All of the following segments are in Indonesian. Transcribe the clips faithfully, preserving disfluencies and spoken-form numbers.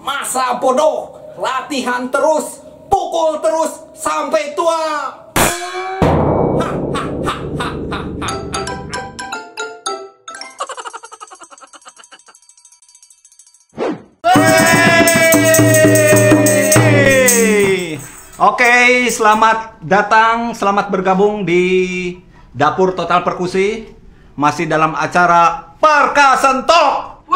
Masa bodoh, latihan terus, pukul terus sampai tua. Oke, selamat datang, selamat bergabung di Dapur Total Perkusi. Masih dalam acara Percussion Talk.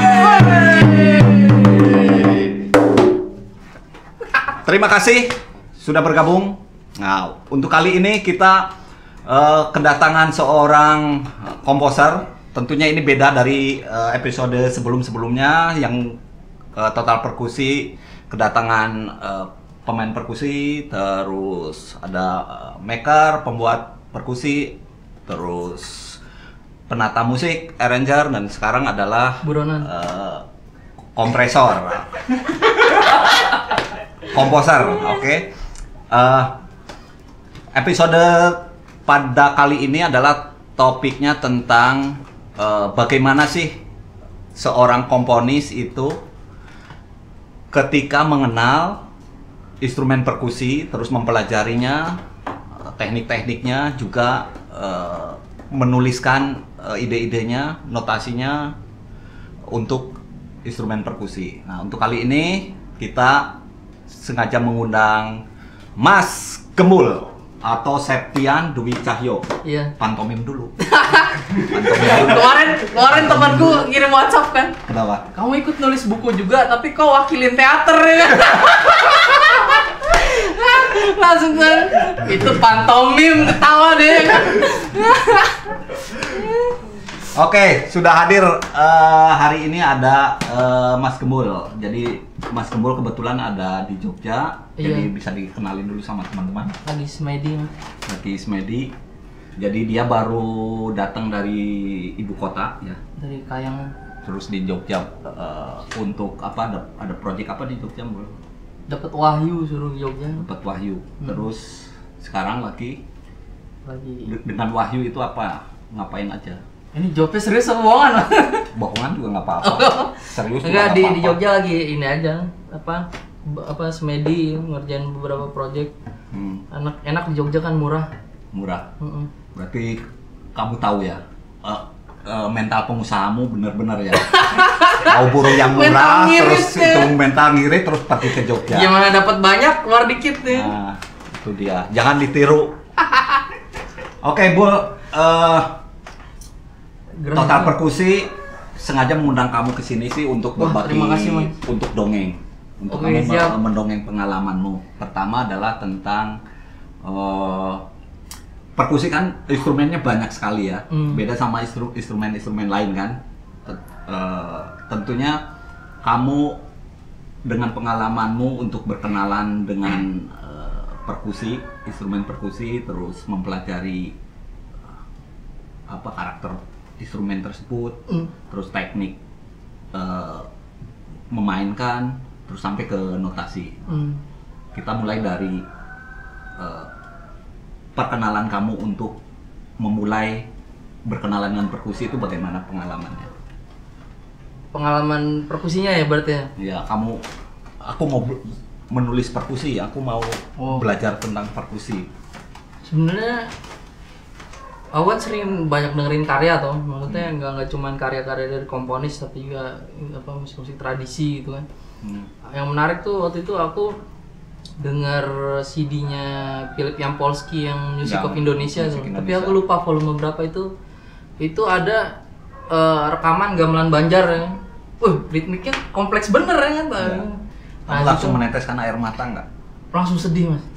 Terima kasih sudah bergabung. Nah, untuk kali ini kita uh, kedatangan seorang komposer. Tentunya ini beda dari uh, episode sebelum-sebelumnya yang uh, Total Perkusi kedatangan uh, pemain perkusi, terus ada uh, maker, pembuat perkusi, terus penata musik, arranger, dan sekarang adalah buronan, uh, kompresor, komposer. Oke, okay. uh, episode pada kali ini adalah topiknya tentang uh, bagaimana sih seorang komponis itu ketika mengenal instrumen perkusi, terus mempelajarinya, teknik-tekniknya, juga uh, menuliskan uh, ide-idenya, notasinya untuk instrumen perkusi. Nah, untuk kali ini kita sengaja mengundang Mas Gembul atau Septian Dwi Cahyo. Iya. Pantomim dulu. Pantomim dulu. Kemarin, kemarin temanku ngirim WhatsApp kan. Kenapa? Kamu ikut nulis buku juga, tapi kau wakilin teater ya. Langsung kan, itu pantomim, ketawa deh kan. Oke, sudah hadir uh, hari ini ada uh, Mas Gembul. Jadi Mas Gembul kebetulan ada di Jogja, iya. Jadi bisa dikenalin dulu sama teman-teman. Lagi semedi. Lagi semedi. Jadi dia baru datang dari ibu kota ya. Dari Kayangan. Terus di Jogja uh, untuk apa? Ada ada proyek apa di Jogja, Bro? Dapat wahyu suruh Jogja. Dapat wahyu. Hmm. Terus sekarang lagi lagi de- dengan wahyu itu apa? Ngapain aja? Ini jawabnya serius apa bohongan? Bohongan juga nggak apa-apa. Serius juga enggak, nggak di apa-apa. di Jogja lagi ini aja apa b- apa semedi ngerjain beberapa project. Hmm. Enak enak di Jogja kan murah. Murah. Mm-mm. Berarti kamu tahu ya, uh, uh, mental pengusahamu benar-benar ya. Mau burung yang murah, terus ya. itu mental ngirit, terus pergi ke Jogja. Gimana dapat banyak, keluar dikit nih. Nah, itu dia. Jangan ditiru. Oke, Bu. Uh, Total Perkusi sengaja mengundang kamu ke sini sih untuk Wah, berbagi, terima kasih, Mas. untuk dongeng. Untuk Oke, kamu siap. mendongeng pengalamanmu. Pertama adalah tentang uh, perkusi kan instrumennya banyak sekali ya, hmm. beda sama instru- instrumen-instrumen lain kan. Uh, tentunya kamu dengan pengalamanmu untuk berkenalan dengan uh, perkusi, instrumen perkusi, terus mempelajari uh, apa karakter instrumen tersebut, hmm. terus teknik uh, memainkan, terus sampai ke notasi. Hmm. Kita mulai dari uh, perkenalan kamu untuk memulai berkenalan dengan perkusi itu bagaimana pengalamannya? Pengalaman perkusinya ya berarti ya? Ya, kamu, aku mau be- menulis perkusi, aku mau Oh. belajar tentang perkusi. Sebenarnya aku kan sering banyak dengerin karya toh, maksudnya nggak nggak cuman karya-karya dari komponis tapi juga apa musik-musik tradisi gitu kan. Hmm. Yang menarik tuh waktu itu aku dengar C D-nya Philip Yampolsky yang Music Yang of Indonesia Music tuh. Indonesia. Tapi aku lupa volume berapa itu. Itu ada eh, rekaman gamelan Banjar ya. Wah, ritmiknya kompleks bener ya kan. Ya. Nah, Kamu langsung itu meneteskan air mata nggak? langsung sedih, Mas.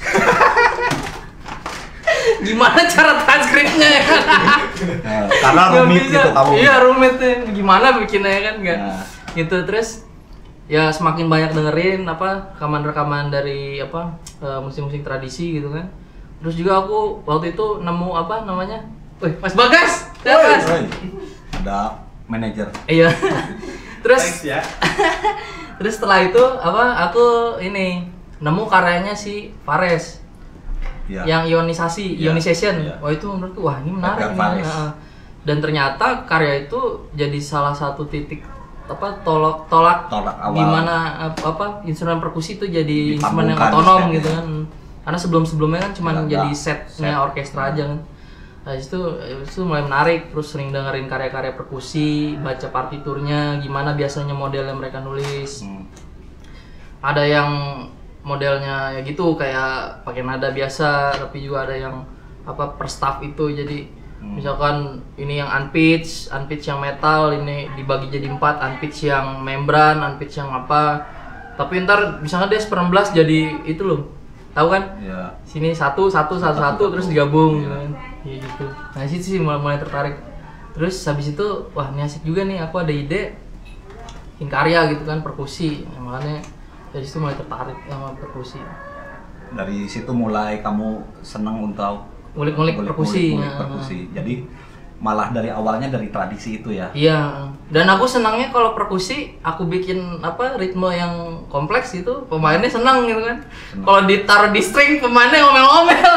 Gimana cara transkripnya ya kan? Nah, karena Nggak rumit bisa. gitu kamu. Iya, rumit ya. Gimana bikinnya ya kan? Nggak. Nah. Gitu terus ya semakin banyak dengerin apa rekaman-rekaman dari apa uh, musik-musik tradisi gitu kan. Terus juga aku waktu itu nemu apa namanya? Wih, Mas Bagas. Ya, Mas. Woi, ada manajer. Iya. Terus Thanks ya. terus setelah itu apa aku ini nemu karyanya si Fares. Ya. Yang ionisasi, Iya, ionization. iya. Oh itu menurutku wah ini menarik Edgar ini. Fares. Nah, dan ternyata karya itu jadi salah satu titik apa tolak tolak, Tolak awal. gimana apa, apa instrumen perkusi itu jadi instrumen yang Dipanggungkan otonom setnya. gitu kan. Karena sebelum-sebelumnya kan cuma Nggak, jadi nggak. setnya Set. orkestra aja kan. Nah itu itu mulai menarik, terus sering dengerin karya-karya perkusi, baca partiturnya, gimana biasanya modelnya mereka nulis. Hmm. Ada yang modelnya ya gitu kayak pakai nada biasa, tapi juga ada yang apa per staff itu, jadi Hmm. misalkan ini yang unpitch, unpitch yang metal ini dibagi jadi empat, unpitch yang membran, unpitch yang apa. Tapi ntar misalnya dia sembilan belas jadi itu loh, tahu kan? Ya. Sini satu satu satu satu terus digabung gitu kan. Ya gitu. Nah situ sih mulai, mulai tertarik. Terus habis itu wah ini asik juga nih, aku ada ide bikin karya gitu kan perkusi. Nah, makanya dari situ mulai tertarik sama perkusi. Dari situ mulai kamu senang untuk Ngulik-ngulik perkusi. ngulik Ya. perkusi. Jadi malah dari awalnya dari tradisi itu ya. Iya. Dan aku senangnya kalau perkusi aku bikin apa ritme yang kompleks itu pemainnya senang gitu kan. Kalau ditaruh di string pemainnya ngomel-ngomel.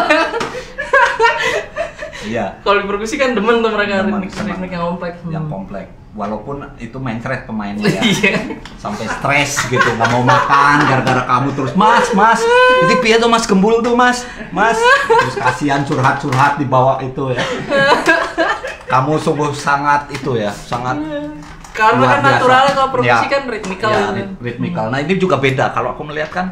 Iya. Kalau di perkusi kan demen tuh mereka Demen, ritme, senang. ritme yang kompleks. Yang Hmm. kompleks. Walaupun itu mencret pemainnya ya. Iya. Sampai stres gitu, nggak mau makan gara-gara kamu terus mas mas itu piye tuh mas gembul tuh mas mas terus kasihan curhat-curhat di bawah itu ya. Kamu sungguh sangat itu ya, sangat Karena luar kan biasa. naturalnya kalau perkusi Ya. kan ritmikal Ya, gitu kan. rit- ritmikal. Nah ini juga beda kalau aku melihat kan,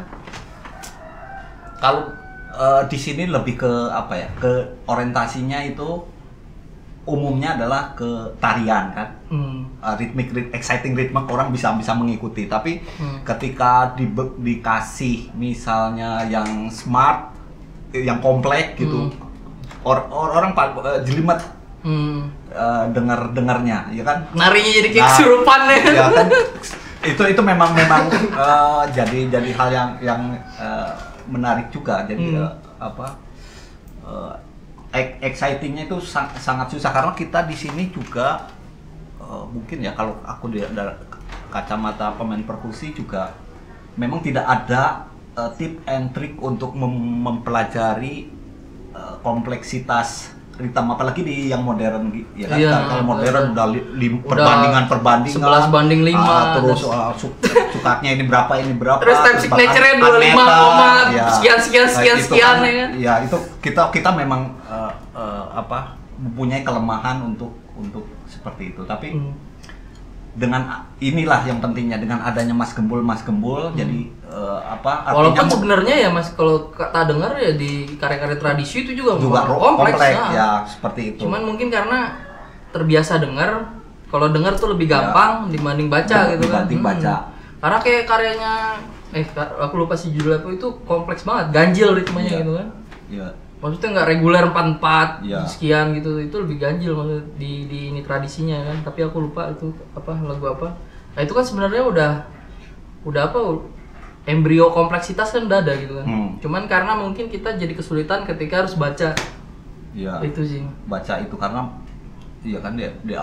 kalau eh, di sini lebih ke apa ya, ke orientasinya itu umumnya adalah ke tarian kan. Hmm. Uh, ritmik, rit- exciting ritme orang bisa bisa mengikuti, tapi Hmm. ketika di, dikasih misalnya yang smart, eh, yang kompleks gitu, Hmm. or, or- orang pa- uh, jelimet Hmm. uh, dengar dengarnya, ya kan? Narinya jadi kayak Nah, kesurupan ya. Ya kan? Itu itu memang memang uh, jadi jadi hal yang yang uh, menarik juga. Jadi Hmm. uh, apa? Uh, ex- excitingnya itu sang- sangat susah karena kita di sini juga uh, mungkin ya kalau aku di dari kacamata pemain perkusi juga memang tidak ada uh, tip and trick untuk mem- mempelajari uh, kompleksitas ritme, apalagi di yang modern gi- ya kan. Iya, Kalau modern betul. udah li- lim- Udah perbandingan perbandingan sebelas banding lima, ah, terus dan- uh, su- sukatnya ini berapa ini berapa Terus time bahkan signature-nya dua puluh lima unmeter, koma ya. sekian, sekian, Nah, sekian, itu sekian, ya kan? ya itu kita kita memang uh, uh, apa mempunyai kelemahan untuk untuk seperti itu, tapi Hmm. dengan inilah yang pentingnya, dengan adanya Mas Gembul Mas Gembul jadi uh, apa artinya Walaupun mo- sebenarnya ya Mas, kalau kata dengar ya di karya-karya tradisi itu juga, juga ro- kompleks, kompleks, nah. ya seperti itu. Cuman mungkin karena terbiasa dengar, kalau dengar tuh lebih gampang dibanding baca Dib- gitu kan. dibanding baca. Karena kayak karyanya eh ka- aku lupa sih judulnya apa, itu kompleks banget, ganjil ritmenya Iya. gitu kan. Ya, Maksudnya nggak reguler empat empat Iya. sekian gitu, itu lebih ganjil maksud di di ini tradisinya kan. Tapi aku lupa itu apa lagu apa. Nah itu kan sebenarnya udah udah apa embrio kompleksitas kan udah ada gitu kan. Hmm. Cuman karena mungkin kita jadi kesulitan ketika harus baca ya. itu sih. Baca itu karena iya kan dia, dia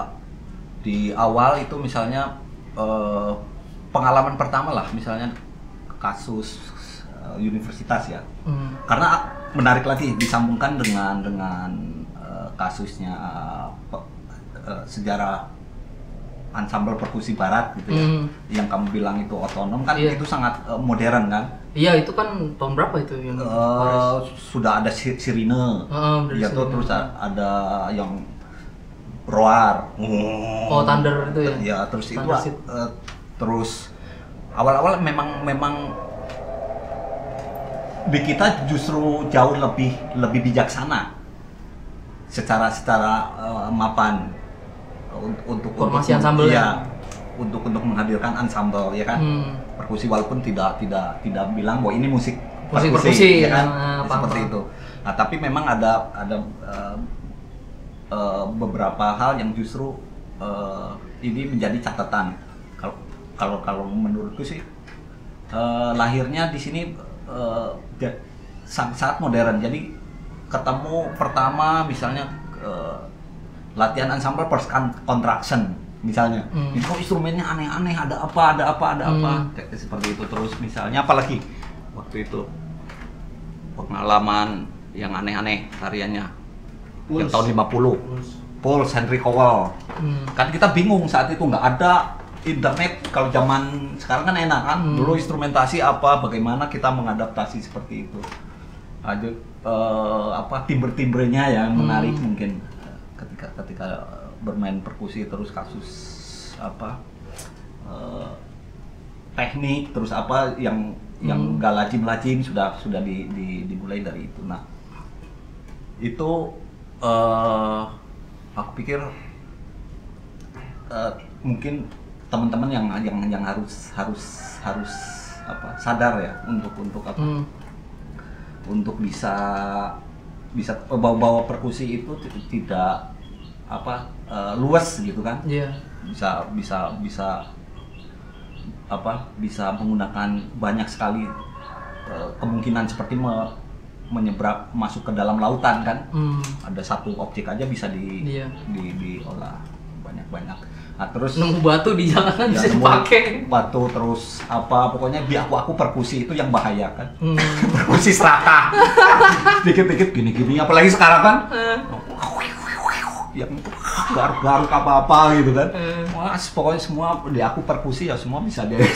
di awal itu misalnya eh, pengalaman pertama lah misalnya kasus eh, universitas ya. Hmm. Karena menarik lagi disambungkan dengan dengan eh, kasusnya eh, pe- eh, sejarah ansambel perkusi barat gitu ya. Hmm. Yang kamu bilang itu otonom kan Iya. itu sangat eh, modern kan. Iya itu kan tahun berapa itu yang Eh, sudah ada si- sirine. Heeh, dari Ya tuh sirine. terus a- ada yang roar. Oh, thunder itu ya? Ya terus itu Thunder seat. eh, terus awal-awal memang memang di kita justru jauh lebih lebih bijaksana secara secara eh, mapan Un- untuk Formasi untuk, ansambel ya, ya? untuk untuk menghadirkan ansambel ya kan. Hmm. Perkusi walaupun tidak tidak tidak bilang bahwa ini musik Musik perkusi, ya kan. ah, Ya, paham, seperti paham. itu. Nah, tapi memang ada ada eh, eh, beberapa hal yang justru eh, ini menjadi catatan. Kalau kalau kalau menurutku sih eh, lahirnya di sini eh, ja- sang- sangat modern. Jadi ketemu pertama misalnya eh, latihan ensemble first con- contraction misalnya. Hmm. Ini kok instrumennya aneh-aneh, ada apa, ada apa, ada apa. Hmm. Kayak seperti itu terus misalnya apalagi waktu itu pengalaman yang aneh-aneh tariannya yang Pulse. tahun lima puluh. Pulse Henry Cowell. Hmm. Kan kita bingung saat itu nggak ada internet kalau zaman sekarang kan enak kan. Hmm. Dulu instrumentasi apa, bagaimana kita mengadaptasi seperti itu. Ada uh, apa timbre-timbrenya yang menarik hmm. mungkin ketika ketika bermain perkusi, terus kasus apa uh, teknik, terus apa yang hmm. yang gak lazim-lazim sudah sudah di, di, dimulai dari itu. Nah itu uh, aku pikir uh, mungkin teman-teman yang yang yang harus harus harus apa sadar ya untuk untuk apa hmm. untuk bisa bisa bawa-bawa perkusi itu tidak apa uh, luas gitu kan. Yeah. bisa bisa bisa apa bisa menggunakan banyak sekali uh, kemungkinan seperti me, menyeberang masuk ke dalam lautan kan. Hmm. Ada satu objek aja bisa di yeah. di diolah banyak-banyak. Nah, terus nemu batu di jalanan ya, bisa dipakai. Batu terus apa pokoknya di aku aku perkusi itu yang bahaya kan. Hmm. Perkusi serakah. Dikit-dikit gini-gini apalagi sekarang kan. Uh. Yang garuk-garuk apa-apa gitu kan. Wah, pokoknya semua di aku perkusi ya semua bisa deh.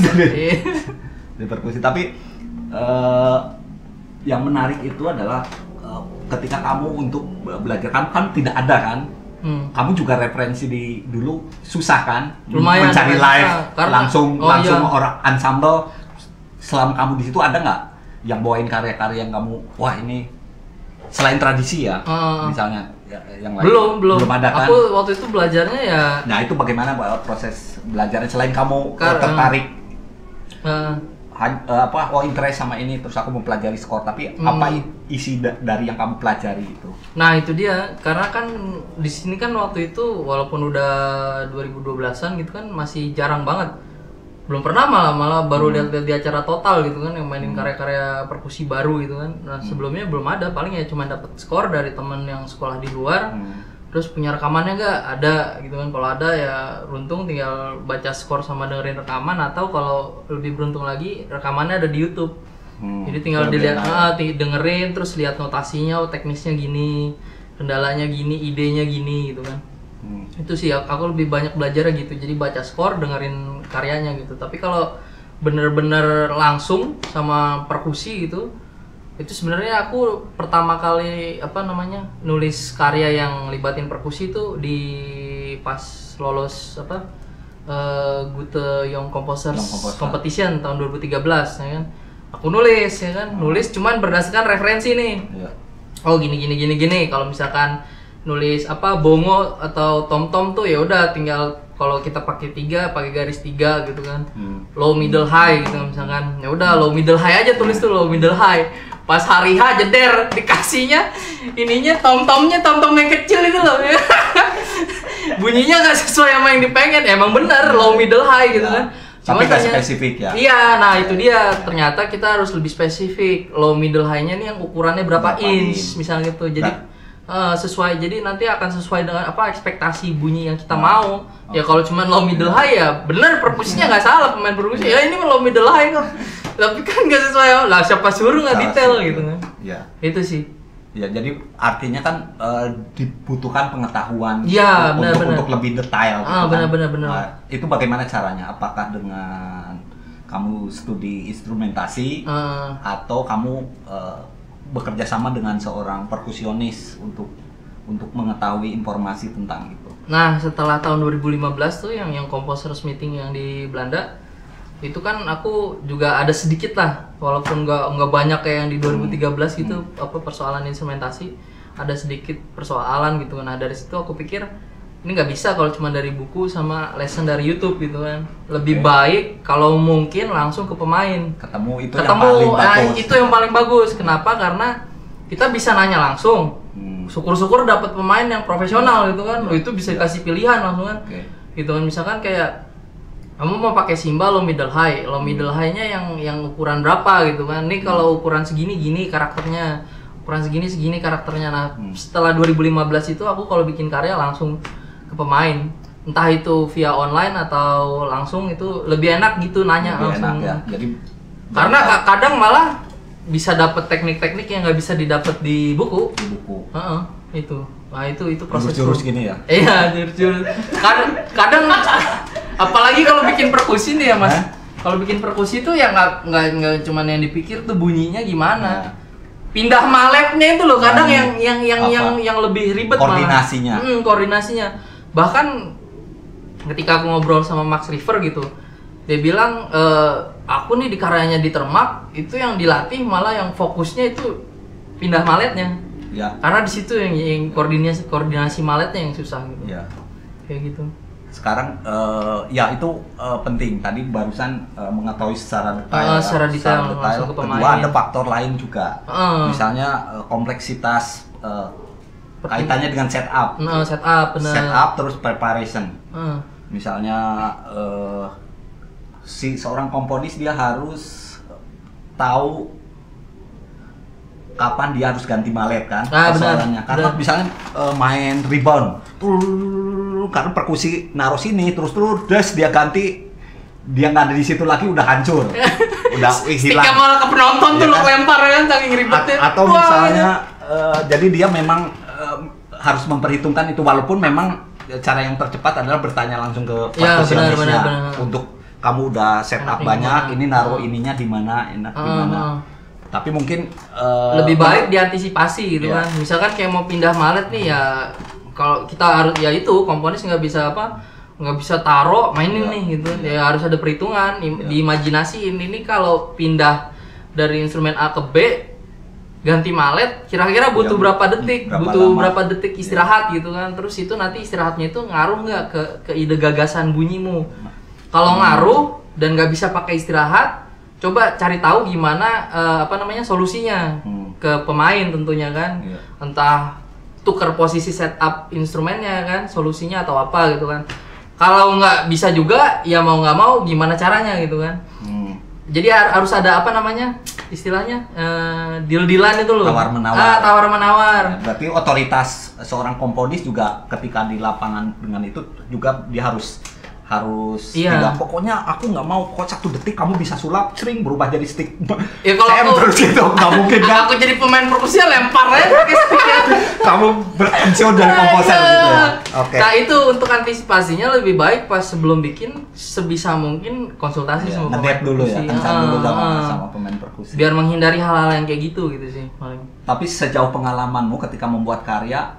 Di perkusi. Tapi uh, yang menarik itu adalah uh, ketika kamu untuk belajar kan, kan tidak ada kan. Hmm. Kamu juga referensi di dulu susah kan. Lumayan, mencari live karena, langsung oh langsung iya. orang ensemble. Selama kamu di situ ada nggak yang bawain karya-karya yang kamu wah ini selain tradisi ya, uh, misalnya ya, yang lain belum belum belum ada kan? Aku waktu itu belajarnya ya. Nah itu bagaimana proses belajarnya selain kamu Kar tertarik uh, ha, uh, apa oh interest sama ini terus aku mau pelajari skor tapi hmm. apa isi da dari yang kamu pelajari itu? Nah itu dia karena kan di sini kan waktu itu walaupun udah dua ribu dua belasan gitu kan masih jarang banget. Belum pernah malah malah baru lihat hmm. di acara Total gitu kan yang mainin karya-karya perkusi baru gitu kan. Nah sebelumnya belum ada, paling ya cuma dapat skor dari temen yang sekolah di luar. Hmm. Terus punya rekamannya nggak ada gitu kan. Kalau ada ya beruntung tinggal baca skor sama dengerin rekaman, atau kalau lebih beruntung lagi rekamannya ada di YouTube. Hmm. Jadi tinggal dilihat, ah, dengerin terus lihat notasinya, oh, teknisnya gini, kendalanya gini, idenya gini gitu kan. Hmm. Itu sih aku lebih banyak belajar gitu, jadi baca skor, dengerin karyanya gitu. Tapi kalau bener-bener langsung sama perkusi gitu, itu sebenarnya aku pertama kali apa namanya nulis karya yang libatin perkusi itu di pas lolos apa uh, Gute Young Composers Competition tahun dua ribu tiga belas ya kan. Aku nulis ya kan, hmm. nulis cuman berdasarkan referensi nih. Yeah. Oh gini gini gini gini. Kalau misalkan nulis apa bongo atau tom tom tuh ya udah tinggal kalau kita pakai tiga pakai garis tiga gitu kan. Hmm. Low middle high gitu misalkan. Ya udah low middle high aja tulis tuh low middle high. Pas hari H jeder dikasihnya ininya tom tomnya tom tom yang kecil itu loh. Bunyinya nggak sesuai sama yang dipengen. Emang bener low middle high gitu kan. Tapi nggak spesifik ya? Iya, nah itu dia. Ternyata kita harus lebih spesifik. Low middle high-nya nih yang ukurannya berapa, berapa inch, in. misalnya gitu. Jadi nah. uh, sesuai. Jadi nanti akan sesuai dengan apa ekspektasi bunyi yang kita nah. mau. Oh. Ya kalau cuma low middle high ya bener perkusinya nggak salah pemain perkusi. Ya ini low middle high kok. Tapi kan nggak sesuai. Lah siapa suruh nggak detail sih, gitu kan? Ya. Itu sih. Ya, jadi artinya kan uh, dibutuhkan pengetahuan ya, benar, untuk benar. untuk lebih detail. Ah, gitu benar-benar. Kan? Nah, itu bagaimana caranya? Apakah dengan kamu studi instrumentasi uh. atau kamu uh, bekerja sama dengan seorang perkusionis untuk untuk mengetahui informasi tentang itu? Nah, setelah tahun dua ribu lima belas tuh yang yang composers meeting yang di Belanda, itu kan aku juga ada sedikit lah, walaupun nggak nggak banyak kayak yang di dua ribu tiga belas gitu, hmm. apa persoalan instrumentasi, ada sedikit persoalan gitu. Nah dari situ aku pikir ini nggak bisa kalau cuma dari buku sama lesson dari YouTube gitu kan. Lebih okay. baik kalau mungkin langsung ke pemain. Ketemu itu Ketemu, yang paling nah, bagus. itu yang paling bagus. Kenapa? Karena kita bisa nanya langsung. Hmm. Syukur-syukur dapat pemain yang profesional gitu kan. Itu bisa kasih pilihan langsung kan. Okay. Gitu kan, misalkan kayak kamu mau pakai Simba low middle high, low middle high-nya yang yang ukuran berapa gitu kan. Nih kalau ukuran segini gini karakternya, ukuran segini segini karakternya. Nah, hmm. setelah dua ribu lima belas itu aku kalau bikin karya langsung ke pemain. Entah itu via online atau langsung, itu lebih enak gitu nanya lebih langsung. Enak, ya. Jadi karena ka kadang malah bisa dapat teknik-teknik yang nggak bisa didapat di buku. Di buku. Uh-uh, itu. Nah, itu itu proses jurus-jurus gini ya. Iya, jurus-jurus. Kadang kadang Apalagi kalau bikin perkusi nih ya mas. Hah? Kalau bikin perkusi tuh ya nggak nggak nggak cuman yang dipikir tuh bunyinya gimana. Nah. Pindah maletnya itu loh kadang Nah, yang yang yang apa? yang yang lebih ribet Koordinasinya. malah. Hmm, koordinasinya. Bahkan ketika aku ngobrol sama Max River gitu, dia bilang e, aku nih di karyanya di Termak itu yang dilatih malah yang fokusnya itu pindah maletnya. Ya. Karena di situ yang, yang koordinasi koordinasi maletnya yang susah gitu. Ya. Kayak gitu. Sekarang uh, ya itu uh, penting. Tadi barusan uh, mengetahui secara detail. Uh, secara detail, langsung ke Kedua pemain. ada faktor lain juga. Uh. Misalnya uh, kompleksitas uh, kaitannya dengan setup. Nah, setup benar. Setup terus preparation. Uh. Misalnya uh, si seorang komponis dia harus tahu kapan dia harus ganti malet kan ah, persoalannya. benar, Karena benar. misalnya uh, main rebound, karena perkusi naruh sini terus terus des dia ganti, dia nggak ada di situ lagi udah hancur, udah wih, hilang. Stika malah ke penonton Ya tuh lo kan? lempar kan saking ribetnya. A- atau Wah, misalnya uh, jadi dia memang uh, harus memperhitungkan itu walaupun memang cara yang tercepat adalah bertanya langsung ke Ya, perkusionisnya benar, benar, benar. untuk kamu udah setup Enaknya banyak, gimana? ini naruh Ah. ininya di mana, enak di Ah, mana. ah. Tapi mungkin uh, lebih baik diantisipasi gitu Iya. kan. Misalkan kayak mau pindah malet nih ya kalau kita harus ya itu komponis nggak bisa apa nggak bisa taruh mainin Iya. nih gitu. Iya. Ya harus ada perhitungan, im- Iya. diimajinasiin ini kalau pindah dari instrumen A ke B ganti malet kira-kira butuh Iya, berapa detik, berapa butuh lama. berapa detik istirahat gitu kan. Terus itu nanti istirahatnya itu ngaruh nggak ke ke ide gagasan bunyimu. Kalau Hmm. ngaruh dan nggak bisa pakai istirahat, coba cari tahu gimana eh, apa namanya solusinya Hmm. ke pemain tentunya kan. Iya. Entah tuker posisi setup instrumennya kan, solusinya atau apa gitu kan. Kalau nggak bisa juga, ya mau nggak mau gimana caranya gitu kan. Hmm. Jadi har- harus ada apa namanya istilahnya eh, deal-dealan itu loh. Tawar menawar. Ah, tawar menawar. Berarti otoritas seorang komponis juga ketika di lapangan dengan itu juga dia harus harus Iya. tidak, pokoknya aku nggak mau kok satu detik kamu bisa sulap sering berubah jadi stick. Ya, kalau Saya aku- terus gitu nggak mungkin kan? Aku jadi pemain perkusi lempar aja pakai sticknya. Kamu berpensiun dari komposer gitu ya. Oke. Nah itu untuk antisipasinya lebih baik pas sebelum bikin sebisa mungkin konsultasi Ya, sama ngedep dulu ya, perkusi. kencan dulu Ah, sama, ah. sama pemain perkusi. Biar menghindari hal-hal yang kayak gitu gitu sih paling. Tapi sejauh pengalamanmu ketika membuat karya,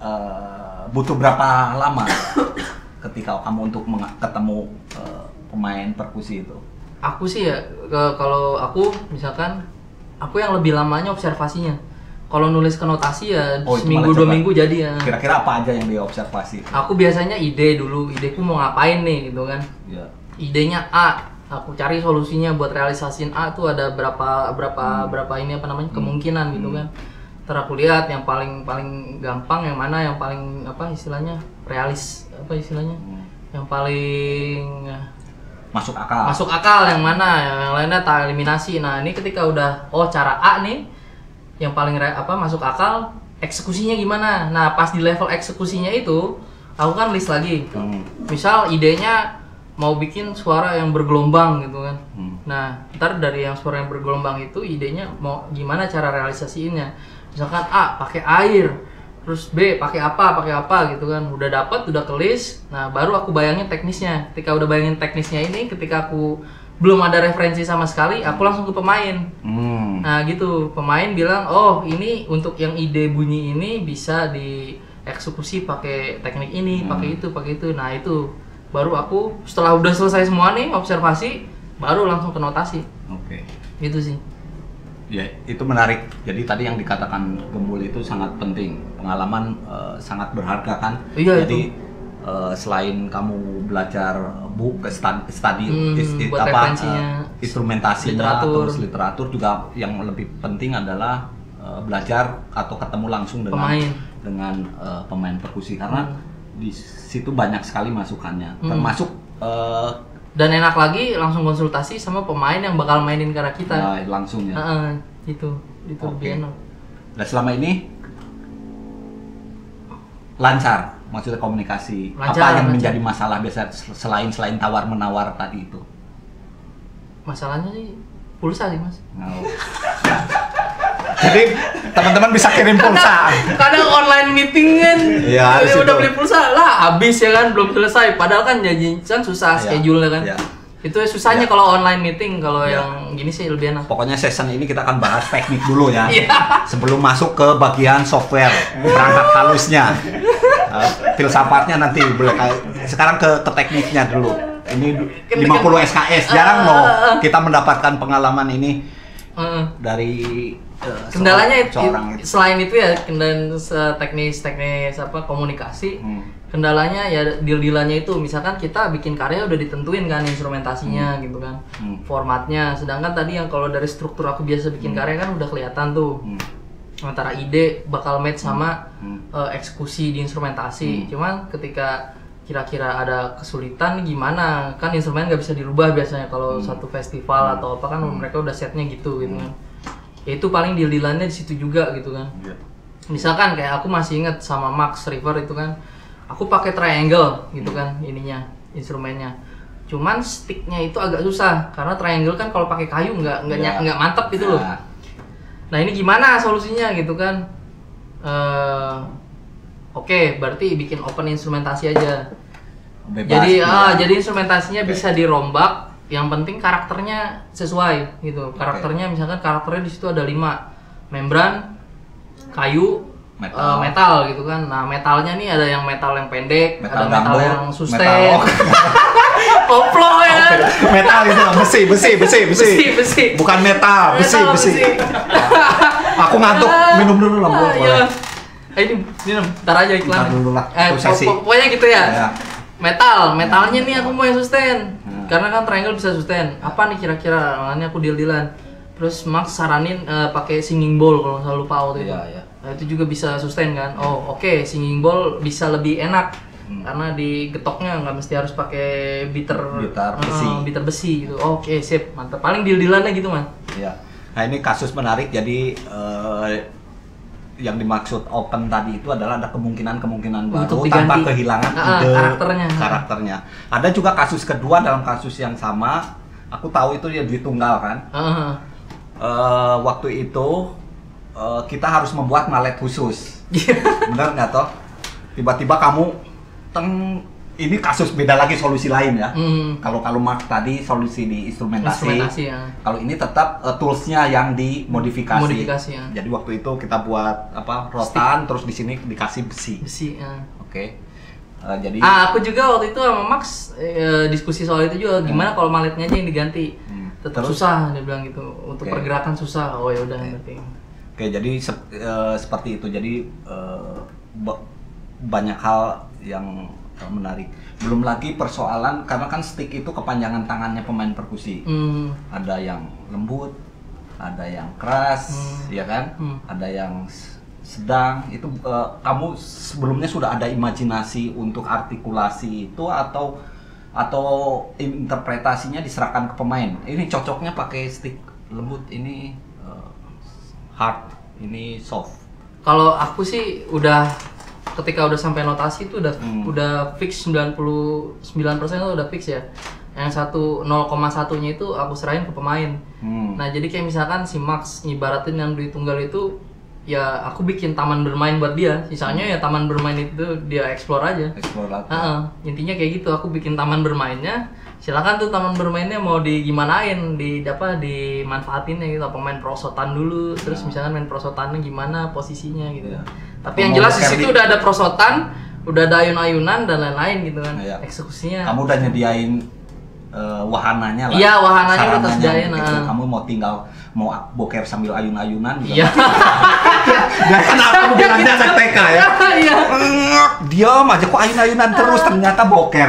eh, butuh berapa lama ketika kamu untuk meng- ketemu eh, pemain perkusi itu? Aku sih ya ke- kalau aku misalkan aku yang lebih lamanya observasinya. Kalau nulis ke notasi ya Oh, itu seminggu malah dua coba. minggu jadi ya. Kira-kira apa aja yang diobservasi? Aku biasanya ide dulu, ideku mau ngapain nih gitu kan. Ya. Idenya A, aku cari solusinya buat realisasiin A tuh ada berapa berapa berapa ini apa namanya kemungkinan gitu kan. Ntar aku lihat yang paling paling gampang yang mana, yang paling apa istilahnya realis apa istilahnya, Hmm. yang paling Masuk akal. masuk akal yang mana, yang lainnya tak eliminasi. Nah ini ketika udah oh cara A nih yang paling re- apa masuk akal, eksekusinya gimana. Nah pas di level eksekusinya itu aku kan list lagi. Hmm. Misal idenya mau bikin suara yang bergelombang gitu kan. Hmm. Nah, ntar dari yang suara yang bergelombang itu idenya mau gimana cara realisasiinnya. Misalkan A pakai air, terus B pakai apa, pakai apa gitu kan. Udah dapat, udah ke list. Nah, baru aku bayangin teknisnya. Ketika udah bayangin teknisnya ini, ketika aku belum ada referensi sama sekali, aku langsung ke pemain. Hmm. Nah, gitu. Pemain bilang, "Oh, ini untuk yang ide bunyi ini bisa dieksekusi pakai teknik ini, Hmm. pakai itu, pakai itu." Nah, itu baru aku setelah udah selesai semua nih observasi, baru langsung ke notasi. Oke. Gitu sih. Ya, itu menarik. Jadi tadi yang dikatakan Gembul itu sangat penting. Pengalaman eh, sangat berharga kan. Iya, Jadi eh, selain kamu belajar buku studi, studi Hmm, is- is- buat apa referensinya, eh, instrumentasinya, literatur. terus literatur juga yang lebih penting adalah eh, belajar atau ketemu langsung dengan Pemain. dengan eh, pemain perkusi karena Hmm. di situ banyak sekali masukannya. Hmm. Termasuk eh, Dan enak lagi langsung konsultasi sama pemain yang bakal mainin karena kita. nah, langsung ya. Heeh, gitu. Itu Oke. lebih enak. Dan selama ini lancar, maksudnya komunikasi. Lancar, apa yang lancar. menjadi masalah biasa selain selain tawar menawar tadi itu? Masalahnya sih pulsa sih, Mas. Nah, jadi teman-teman bisa kirim pulsa. Kadang, kadang online meeting kan, Iya, harus ya udah itu. beli pulsa lah, habis ya kan, belum selesai. Padahal kan janji kan susah Iya. schedule kan. Iya. Itu susahnya Iya. kalau online meeting, kalau Iya. yang gini sih lebih enak. Pokoknya season ini kita akan bahas teknik dulu ya. Iya. Sebelum masuk ke bagian software, perangkat halusnya. Uh, filsafatnya nanti boleh kayak sekarang ke, ke tekniknya dulu. Ini lima puluh S K S, jarang loh kita mendapatkan pengalaman ini Heeh. dari uh, Kendalanya itu, seorang itu. selain itu ya kendala teknis-teknis apa komunikasi. Hmm. Kendalanya ya deal-dealannya itu, misalkan kita bikin karya udah ditentuin kan instrumentasinya gitu kan, Hmm. formatnya. Sedangkan tadi yang kalau dari struktur aku biasa bikin karya kan udah kelihatan tuh Hmm. antara ide bakal match sama Hmm. eh, eksekusi di instrumentasi. Hmm. Cuman ketika kira-kira ada kesulitan gimana, kan instrumen nggak bisa dirubah biasanya kalau Hmm. satu festival atau apa kan mereka udah setnya gitu gitu kan. Ya itu paling deal-dealannya di situ juga gitu kan. Iya. Misalkan kayak aku masih inget sama Max River itu kan, aku pakai triangle gitu kan ininya instrumennya. Cuman sticknya itu agak susah karena triangle kan kalau pakai kayu nggak nggak Iya. ny- nggak mantap gitu loh. Nah, Nah ini gimana solusinya gitu kan? Eh, Oke, berarti bikin open instrumentasi aja. bebas, Jadi ya. ah jadi instrumentasinya Oke. bisa dirombak. Yang penting karakternya sesuai gitu. Karakternya misalkan karakternya di situ ada lima, membran, kayu, Metal. eh, metal gitu kan. Nah metalnya nih ada yang metal yang pendek, Metal ada metal gambut, yang metal sustain, rock. koplo ya. metal itu besi, besi, besi, besi. Besi, besi. Bukan metal, besi, Metal, besi. besi. Aku ngantuk, minum dulu lah, Bu. Ah, iya. Eh, ini minum, ntar aja iklan. Ntar dulu lah, Eh, itu sesi. po- pokoknya gitu ya. Ya. Metal, metalnya nih aku mau yang sustain. Hmm. Karena kan triangle bisa sustain. Apa nih kira-kira? Makanya aku deal-dealan. Terus Max saranin eh, pakai singing bowl kalau nggak salah lupa waktu itu. Iya, iya. Nah, itu juga bisa sustain kan. Oh, oke, singing bowl bisa lebih enak. Hmm. Karena di getoknya nggak mesti harus pakai bitter Bitter eh, besi. bitter besi gitu. Oke, sip, mantap. Paling deal-dealannya gitu, Man. Ya. Nah ini kasus menarik. Jadi eh, yang dimaksud open tadi itu adalah ada kemungkinan-kemungkinan baru Untuk tanpa diganti. kehilangan Ah, ide karakternya. karakternya. Ada juga kasus kedua dalam kasus yang sama. Aku tahu itu ya duit tunggal kan. Heeh. Eh, waktu itu eh, kita harus membuat malet khusus. Benar nggak toh? Tiba-tiba kamu teng ini kasus beda lagi solusi lain ya. Hmm. Kalau kalau Mark tadi solusi di instrumentasi. Instrumentasi ya. Kalau ini tetap uh, toolsnya yang dimodifikasi. Modifikasi, ya. Jadi waktu itu kita buat apa rotan, terus di sini dikasih besi. Besi ya. Oke. Uh, jadi. Ah, aku juga waktu itu sama Max eh, diskusi soal itu juga. Gimana kalau maletnya aja yang diganti? Hmm. Tetap Terus? susah dia bilang gitu. Untuk Oke. pergerakan susah. Oh ya udah Oke. berarti. Oke, jadi sep- uh, seperti itu. Jadi uh, ba- banyak hal yang uh, menarik. Belum lagi persoalan karena kan stick itu kepanjangan tangannya pemain perkusi. Hmm. Ada yang lembut, ada yang keras, Hmm. ya kan? Hmm. Ada yang s- sedang. Itu eh, kamu sebelumnya sudah ada imajinasi untuk artikulasi itu atau atau interpretasinya diserahkan ke pemain. Ini cocoknya pakai stick lembut, ini eh, hard, ini soft. Kalau aku sih udah ketika udah sampai notasi itu udah Hmm. udah fix sembilan puluh sembilan persen itu udah fix ya. Yang satu nol koma satu-nya itu aku serahin ke pemain. Hmm. Nah, jadi kayak misalkan si Max nyibaratin yang duit tunggal itu ya aku bikin taman bermain buat dia. Sisanya ya taman bermain itu dia explore aja. Eksploratif. Heeh, intinya kayak gitu. Aku bikin taman bermainnya. Silakan tuh taman bermainnya mau digimanain, di apa dimanfaatinnya gitu. Apa main prosotan dulu, terus misalkan main prosotannya gimana posisinya gitu. Iya. Tapi Atau yang mau jelas di carry- situ udah ada prosotan, udah ada ayun-ayunan dan lain-lain gitu kan. Iya. Eksekusinya. Kamu udah nyediain eh, wahananya lah. Iya, wahananya udah Sarananya tersediain, gitu. nah. Kamu mau tinggal mau boker sambil ayun-ayunan juga. Iya. Ya kenapa aku bilangnya anak T K ya? Iya. Ngek, diam aja kok ayun-ayunan terus ternyata boker.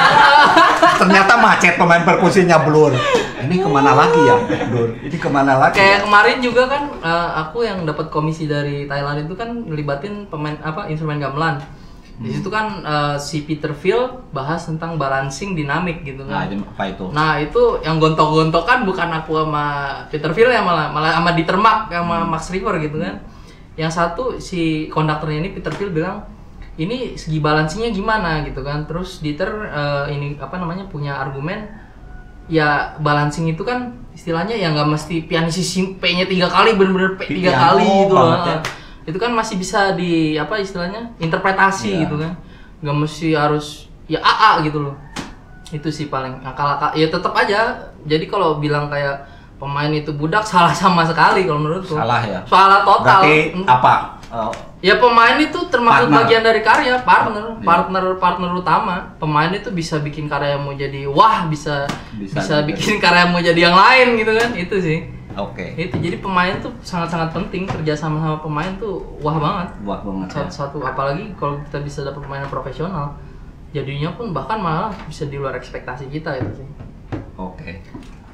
Ternyata macet pemain perkusinya blur. Ini kemana lagi ya, blur? Ini kemana lagi? Kayak ya? kemarin juga kan eh, aku yang dapat komisi dari Thailand itu kan ngelibatin pemain apa instrumen gamelan. Di situ kan eh, si Peter Phil bahas tentang balancing dinamik gitu Nah, kan. ini apa itu? Nah, itu yang gontok-gontokan bukan aku sama Peter Phil ya malah malah sama Dieter Mack sama Max River gitu kan. Yang satu si konduktornya ini Peter Phil bilang ini segi balancingnya gimana gitu kan. Terus Dieter eh, ini apa namanya punya argumen ya balancing itu kan istilahnya ya nggak mesti pianis P-nya tiga kali bener-bener P tiga Piano kali gitu banget lah. ya. Itu kan masih bisa di apa istilahnya interpretasi Iya. gitu kan, nggak mesti harus ya A A gitu loh. Itu sih paling akal-akal ya tetap aja. Jadi kalau bilang kayak pemain itu budak salah sama sekali kalau menurutku. Salah ya. Salah total. Berarti Hmm. apa? Eh, Ya pemain itu termasuk Partner. bagian dari karya, partner, Iya. partner, partner utama. Pemain itu bisa bikin karya yang mau jadi wah, bisa Bisa bisa, juga. bikin karya yang mau jadi yang lain gitu kan. Itu sih. Oke. Itu jadi pemain tuh sangat-sangat penting, kerja sama sama pemain tuh wah banget. Wah banget ya. Satu, satu apalagi kalau kita bisa dapat pemain yang profesional. Jadinya pun bahkan malah bisa di luar ekspektasi kita itu sih. Oke.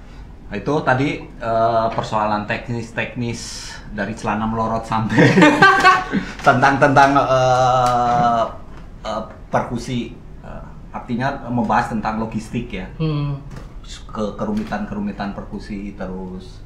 Itu tadi eh, persoalan teknis-teknis dari celana melorot sampai tentang tentang eh, eh, perkusi. Eh, artinya membahas tentang logistik ya. Hmm. Ke kerumitan-kerumitan perkusi, terus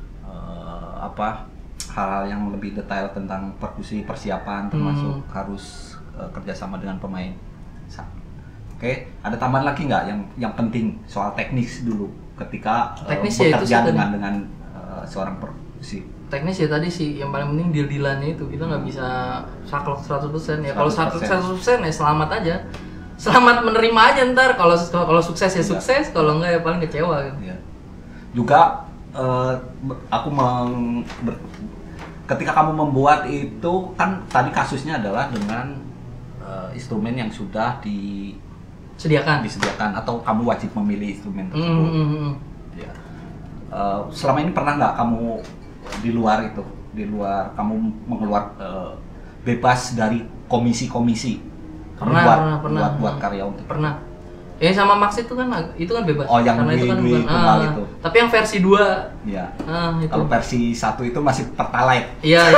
eh, apa hal-hal yang lebih detail tentang perkusi, persiapan termasuk Hmm. harus eh, kerjasama dengan pemain. Sa- Oke, ada tambahan lagi nggak yang yang penting soal teknis dulu ketika eh, Teknis ya, itu bekerja sih tadi. dengan dengan eh, seorang perkusi. Teknis ya tadi sih yang paling penting deal-dealannya itu kita nggak bisa saklek seratus persen ya. Kalau saklek seratus persen. seratus persen ya selamat aja. Selamat menerima aja ntar kalau kalau sukses ya Iya. sukses, kalau enggak ya paling kecewa gitu. Ya. Juga eh, be- aku meng, ber- ketika kamu membuat itu kan tadi kasusnya adalah dengan eh, instrumen yang sudah di Sediakan. disediakan atau kamu wajib memilih instrumen Hmm, tersebut. hmm, hmm. Ya. Eh, selama ini pernah nggak kamu di luar itu, di luar kamu mengeluar eh, bebas dari komisi-komisi Pernah, buat, pernah, pernah. buat buat karya untuk Pernah. Ya sama Max itu kan ag- itu kan bebas. Oh, yang Karena di- itu kan di bukan- tunggal ah, itu. Tapi yang versi dua ya. ah itu. Kalau versi satu itu masih pertalite. Iya, iya.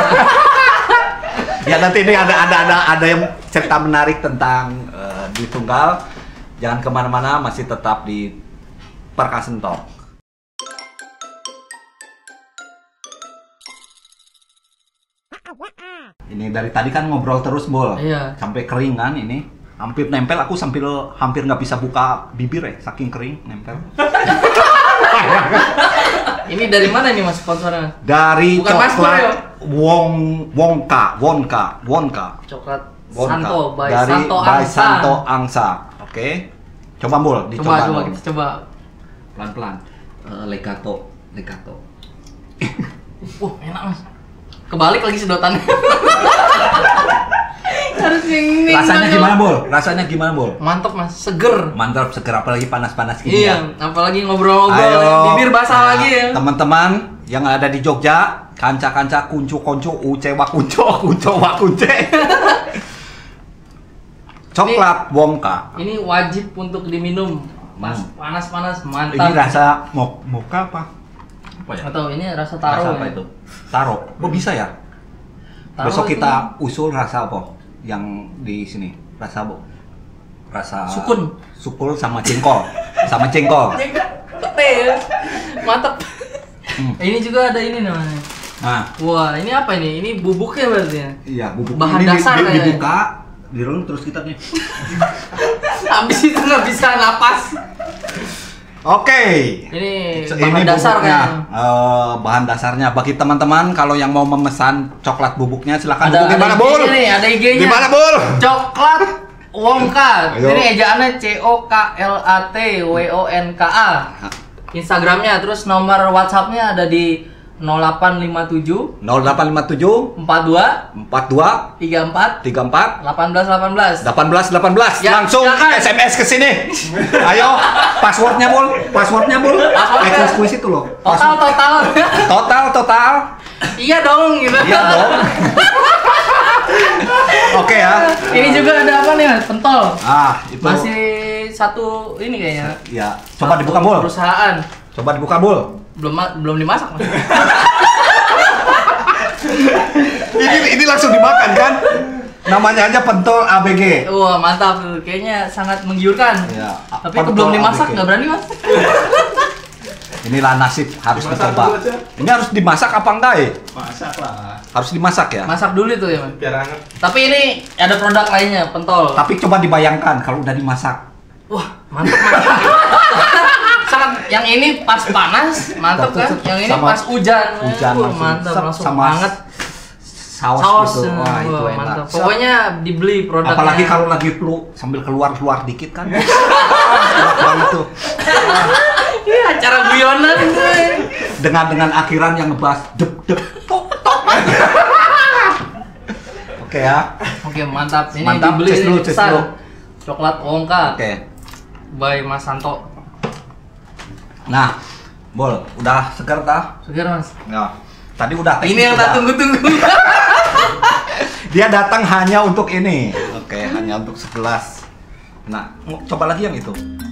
Ya nanti ini ada ada ada ada yang cerita menarik tentang eh, di tunggal. Jangan kemana-mana, masih tetap di Percussion Talk. Ini dari tadi kan ngobrol terus, Bol. Iya. Sampai kering kan ini. Hampir nempel, aku sambil hampir nggak bisa buka bibir ya, saking kering nempel. Ini dari mana nih Mas sponsornya? Dari Bukan Mas Pur, ya? coklat Wong Wongka, Wonka, Wonka. Coklat Wonka. Santo by dari Santo by Angsa. Santo Angsa. Oke. Coba Bol, Coba dicoba. coba Bol. kita coba. Pelan-pelan. Eh, legato, legato. Wah, enak Mas. Kebalik lagi sedotannya. Harus yang ini. Rasanya Mas. gimana, Bol? Rasanya gimana, Bol? Mantap Mas, seger. Mantap, seger apalagi panas-panas gini Iya, ya. apalagi ngobrol-ngobrol, Ayo, bibir basah nah, lagi ya. Teman-teman yang ada di Jogja, kanca-kanca kuncu-kuncu, uce wakunco, kunco wakunce. Coklat Wongka. Ini wajib untuk diminum. Pas Hmm. panas-panas Ini mantap. rasa mo moka apa? Apa ya? Atau ini rasa taro. Rasa apa ya? itu? Taro. Oh bisa ya? Taro Besok itu- kita usul rasa apa? Yang di sini. Rasa apa? Rasa Sukun. Sukul sama jengkol. Sama jengkol. Pete ya. Mantap. Hmm. Ini juga ada ini namanya. Nah, Wah, ini apa ini? Ini bubuknya berarti ya? iya bubuk Bahan ini di- dasar di- kayaknya. dibuka, direlung terus kita nih. Habis itu nggak bisa napas. Oke. Ini Ini bahan dasar bubuknya. kayaknya. Eh, bahan dasarnya bagi teman-teman kalau yang mau memesan coklat bubuknya silakan Ada, hubungi ada mana, I G-nya Bul? nih, ada I G-nya. Di mana, Bul? Coklat Wongka. Ayo. Ini ejaannya C O K L A T W O N K A. Instagramnya, terus nomor WhatsApp-nya ada di nol delapan lima tujuh nol delapan lima tujuh empat dua empat dua tiga empat tiga empat delapan belas delapan belas. delapan belas delapan belas. Ya, Langsung silakan. S M S ke sini. Ayo, passwordnya, Bul. Passwordnya, Bul. Passwordnya. Express quiz itu loh. Total total. Total total. Iya dong gitu. Iya dong. Oke ya. Ini juga ada apa nih, Mas? Pentol. Ah, itu. Masih satu ini kayaknya. Ya, coba Satu dibuka, Bul. Perusahaan. Coba dibuka, Bul. Belum ma- belum dimasak, Mas. ini ini langsung dimakan kan? Namanya aja pentol A B G. Wah, mantap tuh. Kayaknya sangat menggiurkan. Iya. Tapi itu Pentol belum dimasak, A B G. nggak berani, Mas. Inilah nasib harus Dimasak dicoba. dulu aja. Ini harus dimasak apa enggak ya? Masak lah. Harus dimasak ya. Masak dulu tuh ya, Mas. Biar hangat. Tapi ini ada produk lainnya, pentol. Tapi coba dibayangkan kalau udah dimasak. Wah, mantap, Mas. sangat yang ini pas panas, mantap kan? Yang ini Sama pas hujan. hujan Wah, langsung. mantap, Sep, langsung sama banget. Saus, Saus, gitu. Wah, wah, itu enak. mantap. Sep. Pokoknya dibeli produknya. Apalagi kalau lagi flu sambil keluar-keluar dikit kan. Enak banget tuh. Iya, acara guyonan gue. Dengan dengan akhiran yang ngebahas dep dep tok tok. Oke ya. Oke, mantap. Ini Mantap, dibeli cheers dulu, ini cheers pesan. dulu. Coklat Wongka Oke. by Mas Santo. Nah, Bol, udah segar dah? Segar, Mas. Nah, tadi udah. Ini yang tak tunggu-tunggu. Dia datang hanya untuk ini. Oke, hanya untuk segelas. Nah, mau coba lagi yang itu.